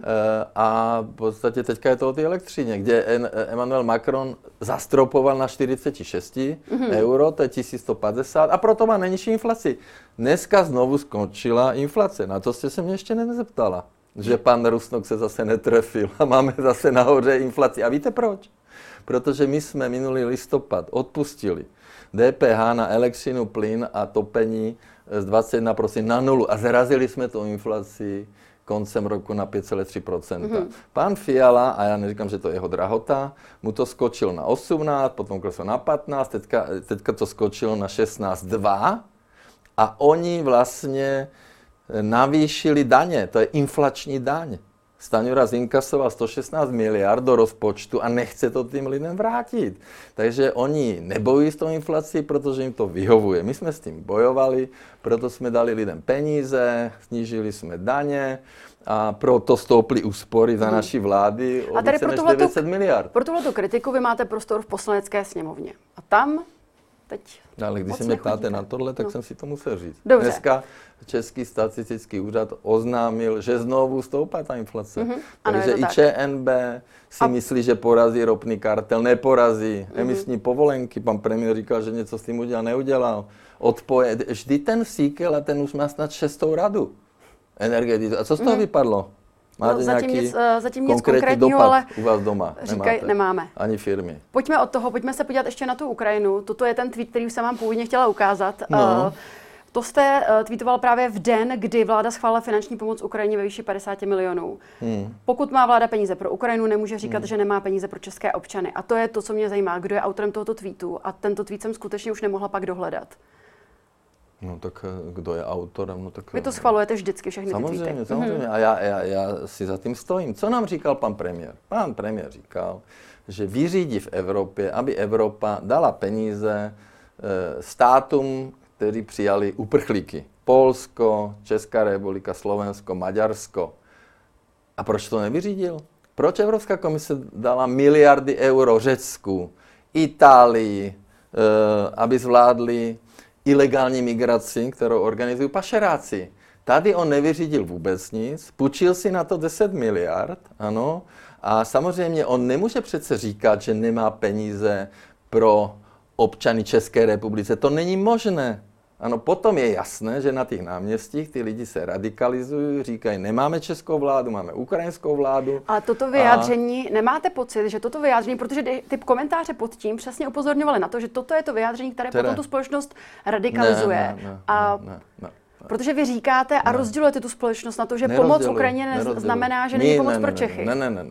a v podstatě teďka je to o té elektřině, kde Emmanuel Macron zastropoval na 46 euro, to je 1150 a proto má nejnižší inflaci. Dneska znovu skončila inflace, na to jste se mě ještě nezeptala, že pan Rusnok se zase netrefil a máme zase nahoře inflaci. A víte proč? Protože my jsme minulý listopad odpustili DPH na elektřinu, plyn a topení z 21% na nulu a zarazili jsme tu inflaci koncem roku na 5,3%. Pán Fiala, a já neříkám, že to je jeho drahota, mu to skočilo na 18, potom kleslo na 15, teďka to skočilo na 16,2 a oni vlastně navýšili daně, to je inflační daň. Stanjura zinkasoval 116 miliard do rozpočtu a nechce to tím lidem vrátit. Takže oni nebojují s tou inflací, protože jim to vyhovuje. My jsme s tím bojovali, proto jsme dali lidem peníze, snížili jsme daně a proto stouply úspory za naší vlády o více než 900 miliard. Pro tuhletu kritiku vy máte prostor v Poslanecké sněmovně. A tam teď ale když se mě ptáte na tohle, tak jsem si to musel říct. Dobře. Dneska Český statistický úřad oznámil, že znovu stoupá ta inflace. Takže i ČNB si myslí, že porazí ropný kartel, neporazí. Emisní povolenky, pan premiér říkal, že něco s tím udělal, neudělal. Vždy ten Síkel a ten už má snad 6. radu energetiku. A co z toho vypadlo? Máte zatím nic konkrétní dopad ale u vás doma? Nemáme. Ani firmy. Pojďme od toho, pojďme se podívat ještě na tu Ukrajinu. Toto je ten tweet, který už jsem vám původně chtěla ukázat. To jste tweetoval právě v den, kdy vláda schválila finanční pomoc Ukrajině ve výši 50 milionů. Pokud má vláda peníze pro Ukrajinu, nemůže říkat, že nemá peníze pro české občany. A to je to, co mě zajímá, kdo je autorem tohoto tweetu. A tento tweet jsem skutečně už nemohla pak dohledat. No tak kdo je autorem? No, tak, vy to schvalujete vždycky, všechny ty tweety. Samozřejmě. A já si za tím stojím. Co nám říkal pan premiér? Pan premiér říkal, že vyřídí v Evropě, aby Evropa dala peníze státům, kteří přijali uprchlíky. Polsko, Česká republika, Slovensko, Maďarsko. A proč to nevyřídil? Proč Evropská komise dala miliardy euro Řecku, Itálii, aby zvládli ilegální migraci, kterou organizují pašeráci? Tady on nevyřídil vůbec nic, půjčil si na to 10 miliard, ano, a samozřejmě on nemůže přece říkat, že nemá peníze pro občany České republice. To není možné. Ano, potom je jasné, že na těch náměstích ty lidi se radikalizují, říkají, nemáme českou vládu, máme ukrajinskou vládu. Ale toto vyjádření, nemáte pocit, že toto vyjádření, protože ty komentáře pod tím přesně upozorňovaly na to, že toto je to vyjádření, které potom tu společnost radikalizuje. Ne. Protože vy říkáte a rozdělujete tu společnost na to, že pomoc Ukrajině znamená, že není pomoc pro Čechy. Ne.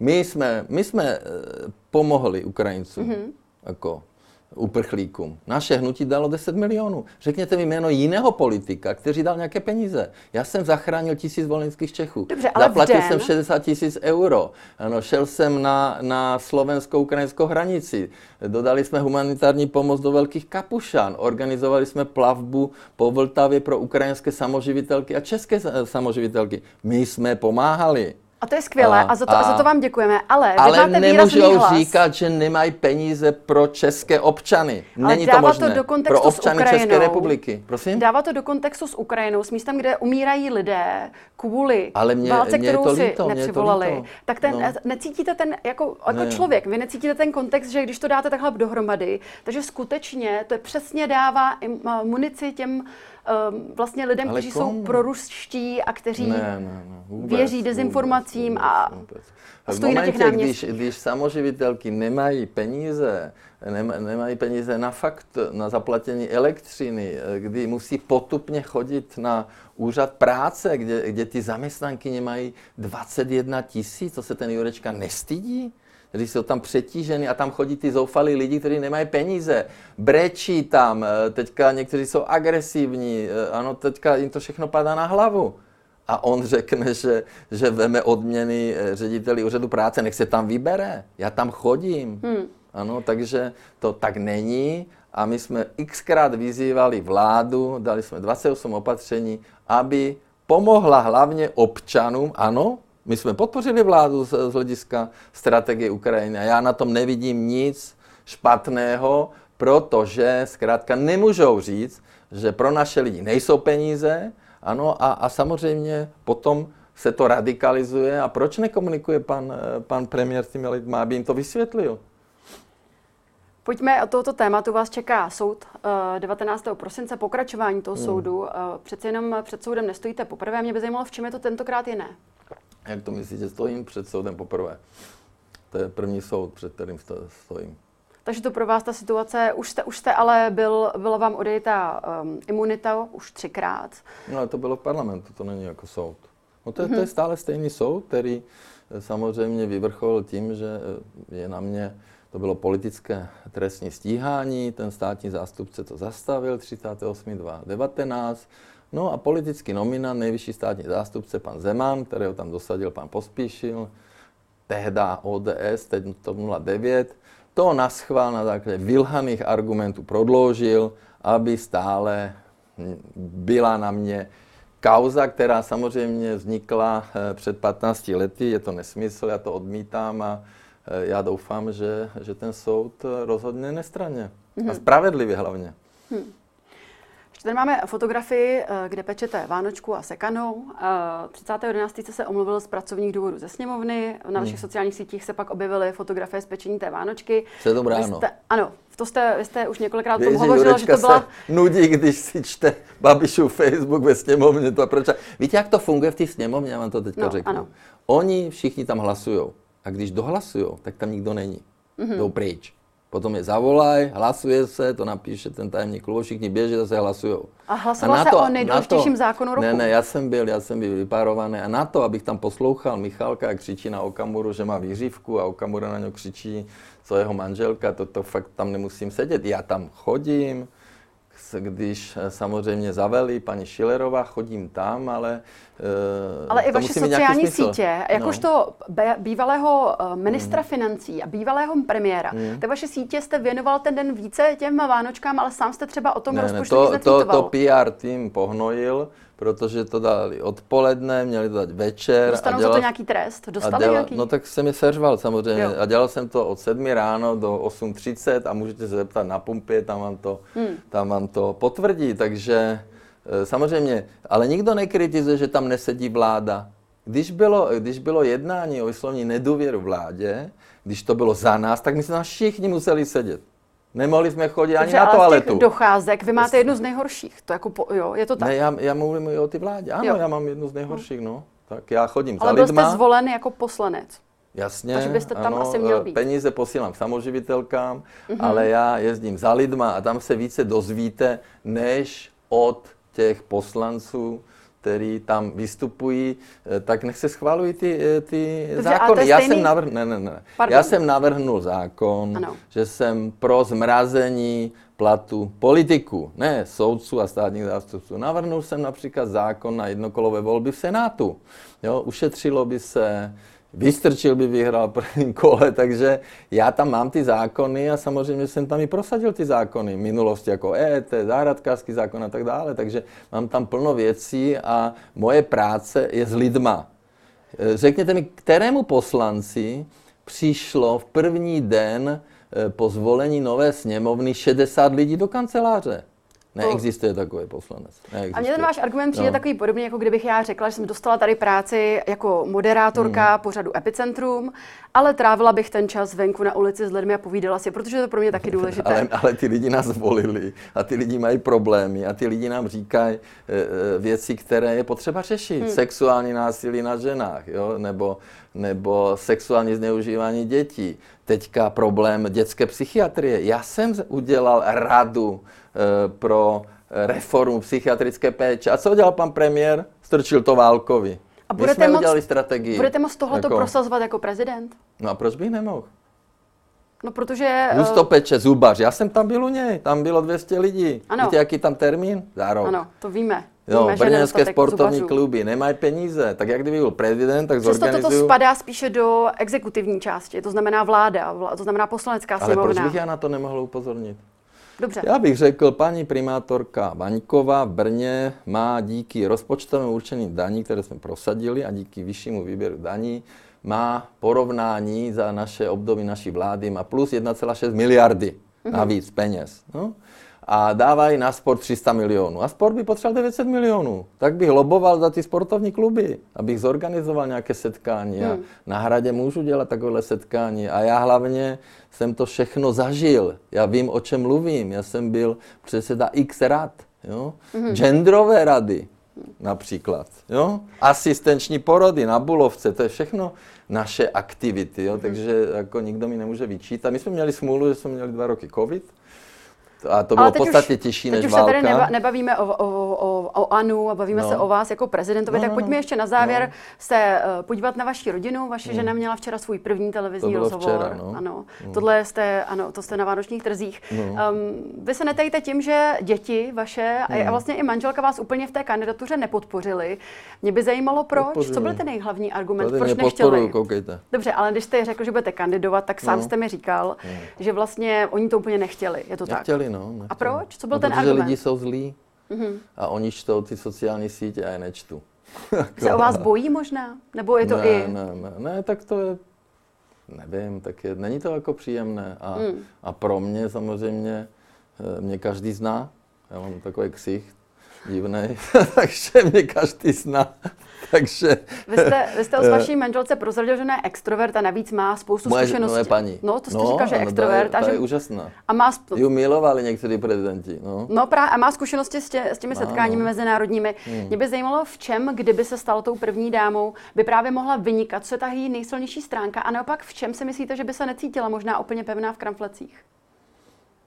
My jsme pomohli Ukrajincům jako uprchlíkům. Naše hnutí dalo 10 milionů. Řekněte mi jméno jiného politika, který dal nějaké peníze. Já jsem zachránil 1000 vojenských Čechů. Dobře, ale zaplatil jsem 60 000 euro. Ano, šel jsem na slovensko-ukrajinskou hranici. Dodali jsme humanitární pomoc do Velkých Kapušan. Organizovali jsme plavbu po Vltavě pro ukrajinské samoživitelky a české samoživitelky. My jsme pomáhali. A to je skvělé a za to vám děkujeme, ale vy máte nemůžou říkat, že nemají peníze pro české občany. Není to možné. Pro občany České republiky. Prosím? Dává to do kontextu s Ukrajinou, s místem, kde umírají lidé kvůli válce, kterou si nepřivolali. Tak necítíte ten, jako člověk, vy necítíte ten kontext, že když to dáte takhle dohromady, takže skutečně to přesně dává munici těm vlastně lidem, kteří jsou proruští a kteří věří dezinformacím a stojí na těch náměstích. Když samoživitelky nemají peníze na zaplacení elektřiny, kdy musí potupně chodit na úřad práce, kde ty zaměstnankyně mají 21 000, to se ten Jurečka nestydí? Když jsou tam přetíženi a tam chodí ty zoufalí lidi, kteří nemají peníze, brečí tam, teďka někteří jsou agresivní, ano, teďka jim to všechno padá na hlavu. A on řekne, že veme odměny řediteli úřadu práce, nech se tam vybere, já tam chodím. Ano, takže to tak není a my jsme xkrát vyzývali vládu, dali jsme 28 opatření, aby pomohla hlavně občanům, ano, my jsme podpořili vládu z hlediska strategie Ukrajiny a já na tom nevidím nic špatného, protože zkrátka nemůžou říct, že pro naše lidi nejsou peníze, ano, a samozřejmě potom se to radikalizuje. A proč nekomunikuje pan premiér s těmi lidmi, aby jim to vysvětlil? Pojďme od tohoto tématu. Vás čeká soud 19. prosince, pokračování toho soudu. Přece jenom před soudem nestojíte poprvé. Mě by zajímalo, v čem je to tentokrát jiné. Jak to myslíte, stojím před soudem poprvé? To je první soud, před kterým stojím. Takže to pro vás ta situace, už jste ale byla vám odejita imunita už 3krát. No ale to bylo v parlamentu, to není jako soud. No to je stále stejný soud, který samozřejmě vyvrcholil tím, že je na mě, to bylo politické trestní stíhání, ten státní zástupce to zastavil 38.2.19. No a politický nominant, nejvyšší státní zástupce, pan Zeman, kterého tam dosadil pan Pospíšil, tehda ODS, teď TOP 09, to naschvál na základě vylhaných argumentů prodloužil, aby stále byla na mě kauza, která samozřejmě vznikla před 15 lety. Je to nesmysl, já to odmítám a já doufám, že ten soud rozhodne nestranně. A spravedlivě hlavně. Ještě tady máme fotografii, kde pečete vánočku a sekanou. 30.11. jste se omluvil z pracovních důvodů ze sněmovny. Na vašich sociálních sítích se pak objevily fotografie z pečení té vánočky. 7 ráno. Ano, vy jste už několikrát o tom hovořil, že to byla... se nudí, když si čte Babišův Facebook ve sněmovně. Proč? Víte, jak to funguje v té sněmovně? Já vám to teďka řeknu. Ano. Oni všichni tam hlasujou. A když dohlasujou, tak tam nikdo není. Jdou pryč. Potom je zavolaj, hlasuje se, to napíše ten tajemník klubu, všichni běží, zase hlasujou. A hlasoval se o nejdůležitějším zákonu roku? Ne, já jsem byl vypárovaný a na to, abych tam poslouchal Michálka, jak křičí na Okamuru, že má výřivku a Okamura na něj křičí, co jeho manželka, to fakt tam nemusím sedět. Já tam chodím, když samozřejmě zavelí paní Schillerová, chodím tam, ale i vaše sociální sítě, jakožto bývalého ministra financí a bývalého premiéra, tak vaše sítě jste věnoval ten den více těm vánočkám, ale sám jste třeba o tom rozpočtu nic netweetoval. To PR tým pohnojil, protože to dali odpoledne, měli to dát večer. Dostanou za to nějaký trest? Dostali nějaký? No tak jsem je seřval samozřejmě. Jo. A dělal jsem to od 7 ráno do 8:30 a můžete se zeptat na pumpě, tam vám to potvrdí. Takže samozřejmě, ale nikdo nekritizuje, že tam nesedí vláda. Když bylo jednání o vyslovení nedůvěru vládě, když to bylo za nás, tak my jsme tam všichni museli sedět. Nemohli jsme chodit ani na toaletu. Z těch docházek vy máte jednu z nejhorších. To jako je to tak? Ne, já mluvím o ty vládě. Ano, já mám jednu z nejhorších, no. Tak já chodím za lidma. Ale byl jste zvolen jako poslanec. Jasně, takže byste tam asi měl být. Peníze posílám samoživitelkám, ale já jezdím za lidma a tam se více dozvíte, než od těch poslanců, který tam vystupují, tak nech se schvalují ty zákony. Já jsem navrhnul zákon, že jsem pro zmrazení platu politiků, ne soudců a státních zástupců. Navrhnul jsem například zákon na jednokolové volby v Senátu. Jo, ušetřilo by se, Vystrčil by vyhrál prvním kole, takže já tam mám ty zákony a samozřejmě jsem tam i prosadil ty zákony v minulosti, jako EET, zahrádkářský zákon a tak dále, takže mám tam plno věcí a moje práce je s lidma. Řekněte mi, kterému poslanci přišlo v první den po zvolení nové sněmovny 60 lidí do kanceláře? Neexistuje takový poslanec. Neexistuje. A mně ten váš argument přijde takový podobný, jako kdybych já řekla, že jsem dostala tady práci jako moderátorka pořadu Epicentrum, ale trávila bych ten čas venku na ulici s lidmi a povídala si, protože to je pro mě taky důležité. Ale ty lidi nás volili a ty lidi mají problémy a ty lidi nám říkají věci, které je potřeba řešit. Sexuální násilí na ženách, jo? Nebo sexuální zneužívání dětí. Teďka problém dětské psychiatrie. Já jsem udělal radu pro reformu psychiatrické péče. A co udělal pan premiér? Strčil to Válkovi. A my jsme udělali strategii. Budete moct tohleto prosazovat jako prezident? No a proč bych nemohl? No protože... Hustopeče, zubař, já jsem tam byl u něj, tam bylo 200 lidí. Ano. Víte, jaký tam termín? Za rok. Ano, to víme. Jo, brněnské sportovní kluby nemají peníze, tak jak kdyby byl prezident, tak zorganizují... Přesto toto spadá spíše do exekutivní části, to znamená vláda, to znamená poslanecká sněmovna. Ale proč bych já na to nemohl upozornit? Dobře. Já bych řekl, paní primátorka Vaňková v Brně má díky rozpočtovému určení daní, které jsme prosadili, a díky vyššímu výběru daní, má porovnání za naše období naší vlády, má plus 1,6 miliardy navíc peněz. No? A dávají na sport 300 milionů. A sport by potřeboval 900 milionů. Tak bych loboval za ty sportovní kluby, abych zorganizoval nějaké setkání. A na Hradě můžu dělat takové setkání. A já hlavně jsem to všechno zažil. Já vím, o čem mluvím. Já jsem byl předseda X rad. Jo? Genderové rady například. Jo? Asistenční porody na Bulovce. To je všechno naše aktivity. Jo? Takže jako nikdo mi nemůže vyčítat. My jsme měli smůlu, že jsme měli 2 roky covid. A to bylo v podstatě těžší než válka. Teď už se tady nebavíme o Anu a bavíme se o vás jako prezidentovi, tak pojďme ještě na závěr se podívat na vaši rodinu. Vaše žena měla včera svůj první televizní rozhovor. Včera, no. Tohle to jste na vánočních trzích. Vy se netajíte tím, že děti vaše a vlastně i manželka vás úplně v té kandidatuře nepodpořili. Mě by zajímalo, proč. Co byl ten nejhlavní argument, proč nechtěli? Koukejte. Dobře, ale když jste řekl, že budete kandidovat, tak sám jste mi říkal, že vlastně oni to úplně nechtěli. Je to tak? Nechtěli. A proč? Co byl ten argument? Protože lidi jsou zlí a oni čtou ty sociální sítě a já je nečtu. Se o vás bojí možná? Nebo je to Ne, tak to je, nevím, není to jako příjemné. A pro mě samozřejmě, mě každý zná, já mám takový ksicht divnej, takže mě každý zná. Takže... Vy jste s vaší manželce prozradil, že je extrovert a navíc má spoustu zkušeností. Moje paní. No, to jste říkal, že je extrovert. To je úžasná. A ju milovali někteří prezidenti. A má zkušenosti s těmi setkáními mezinárodními. Mě by zajímalo, v čem, kdyby se stala tou první dámou, by právě mohla vynikat, co je ta její nejsilnější stránka, a naopak v čem si myslíte, že by se necítila možná úplně pevná v kramflecích?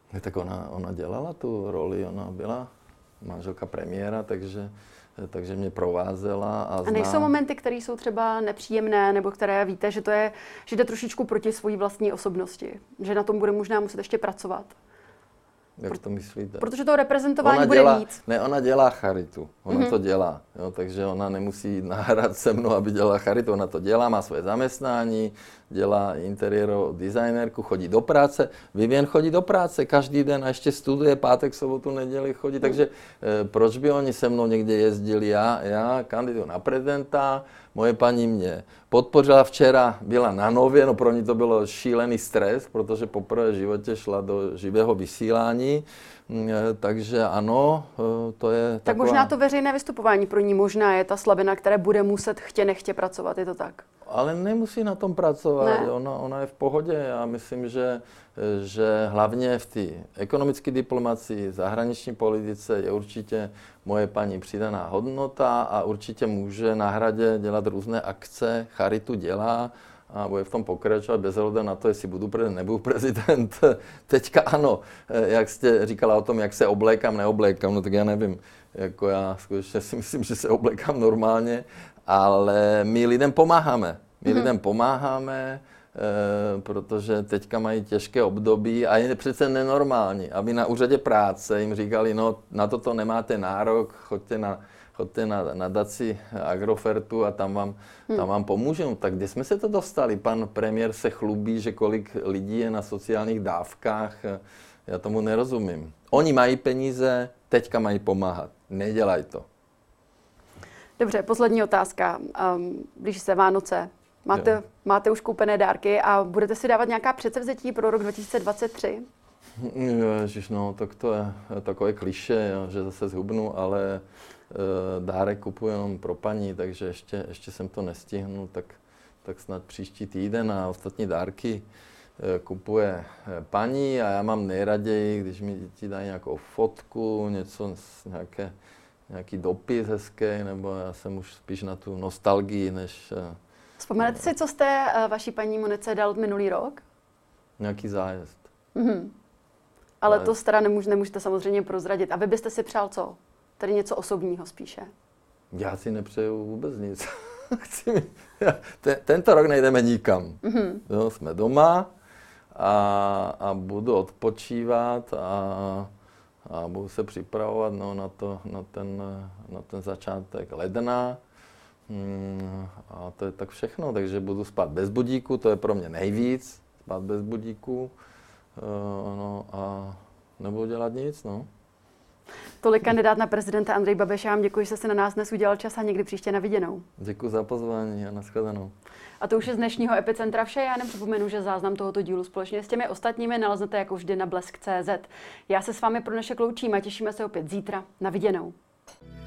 Tak ona dělala tu roli, ona byla manželka premiéra, takže mě provázela. A nejsou momenty, které jsou třeba nepříjemné, nebo které víte, že jde trošičku proti svojí vlastní osobnosti? Že na tom bude možná muset ještě pracovat? Jak to myslíte? Protože toho reprezentování bude víc. Ne, ona dělá charitu. Ona to dělá. Jo, takže ona nemusí jít na hrad se mnou, aby dělala charitu. Ona to dělá, má svoje zaměstnání, dělá interiérovou designérku, chodí do práce. Vivien chodí do práce každý den a ještě studuje pátek, sobotu, neděli chodí. Takže proč by oni se mnou někde jezdili? Já kandiduju na prezidenta, moje paní mě podpořila včera, byla na Nově, no pro ní to bylo šílený stres, protože poprvé v životě šla do živého vysílání, takže ano, to je tak taková... možná to veřejné vystupování pro ní možná je ta slabina, které bude muset nechtě pracovat, je to tak? Ale nemusí na tom pracovat, ne. Ona je v pohodě. Já myslím, že hlavně v té ekonomické diplomacii, zahraniční politice je určitě moje paní přidaná hodnota a určitě může na hradě dělat různé akce, charitu dělá a bude v tom pokračovat bez ohledu na to, jestli budu prezident, nebudu prezident. Teďka ano, jak jste říkala o tom, jak se oblékám, neoblékám, no tak já nevím. Jako já skutečně si myslím, že se oblékám normálně, ale my lidem pomáháme. Protože teďka mají těžké období a je přece nenormální, aby na úřadě práce jim říkali, no na toto nemáte nárok, choďte na nadaci Agrofertu a tam vám pomůžou. Tak kde jsme se to dostali? Pan premiér se chlubí, že kolik lidí je na sociálních dávkách. Já tomu nerozumím. Oni mají peníze, teďka mají pomáhat. Nedělaj to. Dobře, poslední otázka. Blíží se Vánoce. Máte už koupené dárky a budete si dávat nějaká předsevzetí pro rok 2023? Ježiš, no, tak to je takové klišé, že zase zhubnu, ale dárek kupuji jenom pro paní, takže ještě jsem to nestihnul, tak snad příští týden a ostatní dárky kupuje paní a já mám nejraději, když mi děti dají nějakou fotku, něco, nějaký dopis hezký, nebo já jsem už spíš na tu nostalgii, než... Vzpomenete si, co jste vaší paní Monice dal minulý rok? Nějaký zájezd. Ale to teda nemůžete samozřejmě prozradit. A vy byste si přál co? Tedy něco osobního spíše. Já si nepřeju vůbec nic. Tento rok nejdeme nikam. Jo, jsme doma a budu odpočívat a budu se připravovat na ten začátek ledna. A to je tak všechno, takže budu spát bez budíku, to je pro mě nejvíc, spát bez budíku, no a nebudu dělat nic, no. Tolik kandidát na prezidenta Andrej Babiš, já vám děkuji, že jste si na nás dnes udělal čas a někdy příště na viděnou. Děkuji za pozvání a nashledanou. A to už je z dnešního Epicentra vše. Já jenom připomenu, že záznam tohoto dílu společně s těmi ostatními naleznete jako vždy na blesk.cz. Já se s vámi pro dnešek loučím a těšíme se opět zítra. Na viděnou.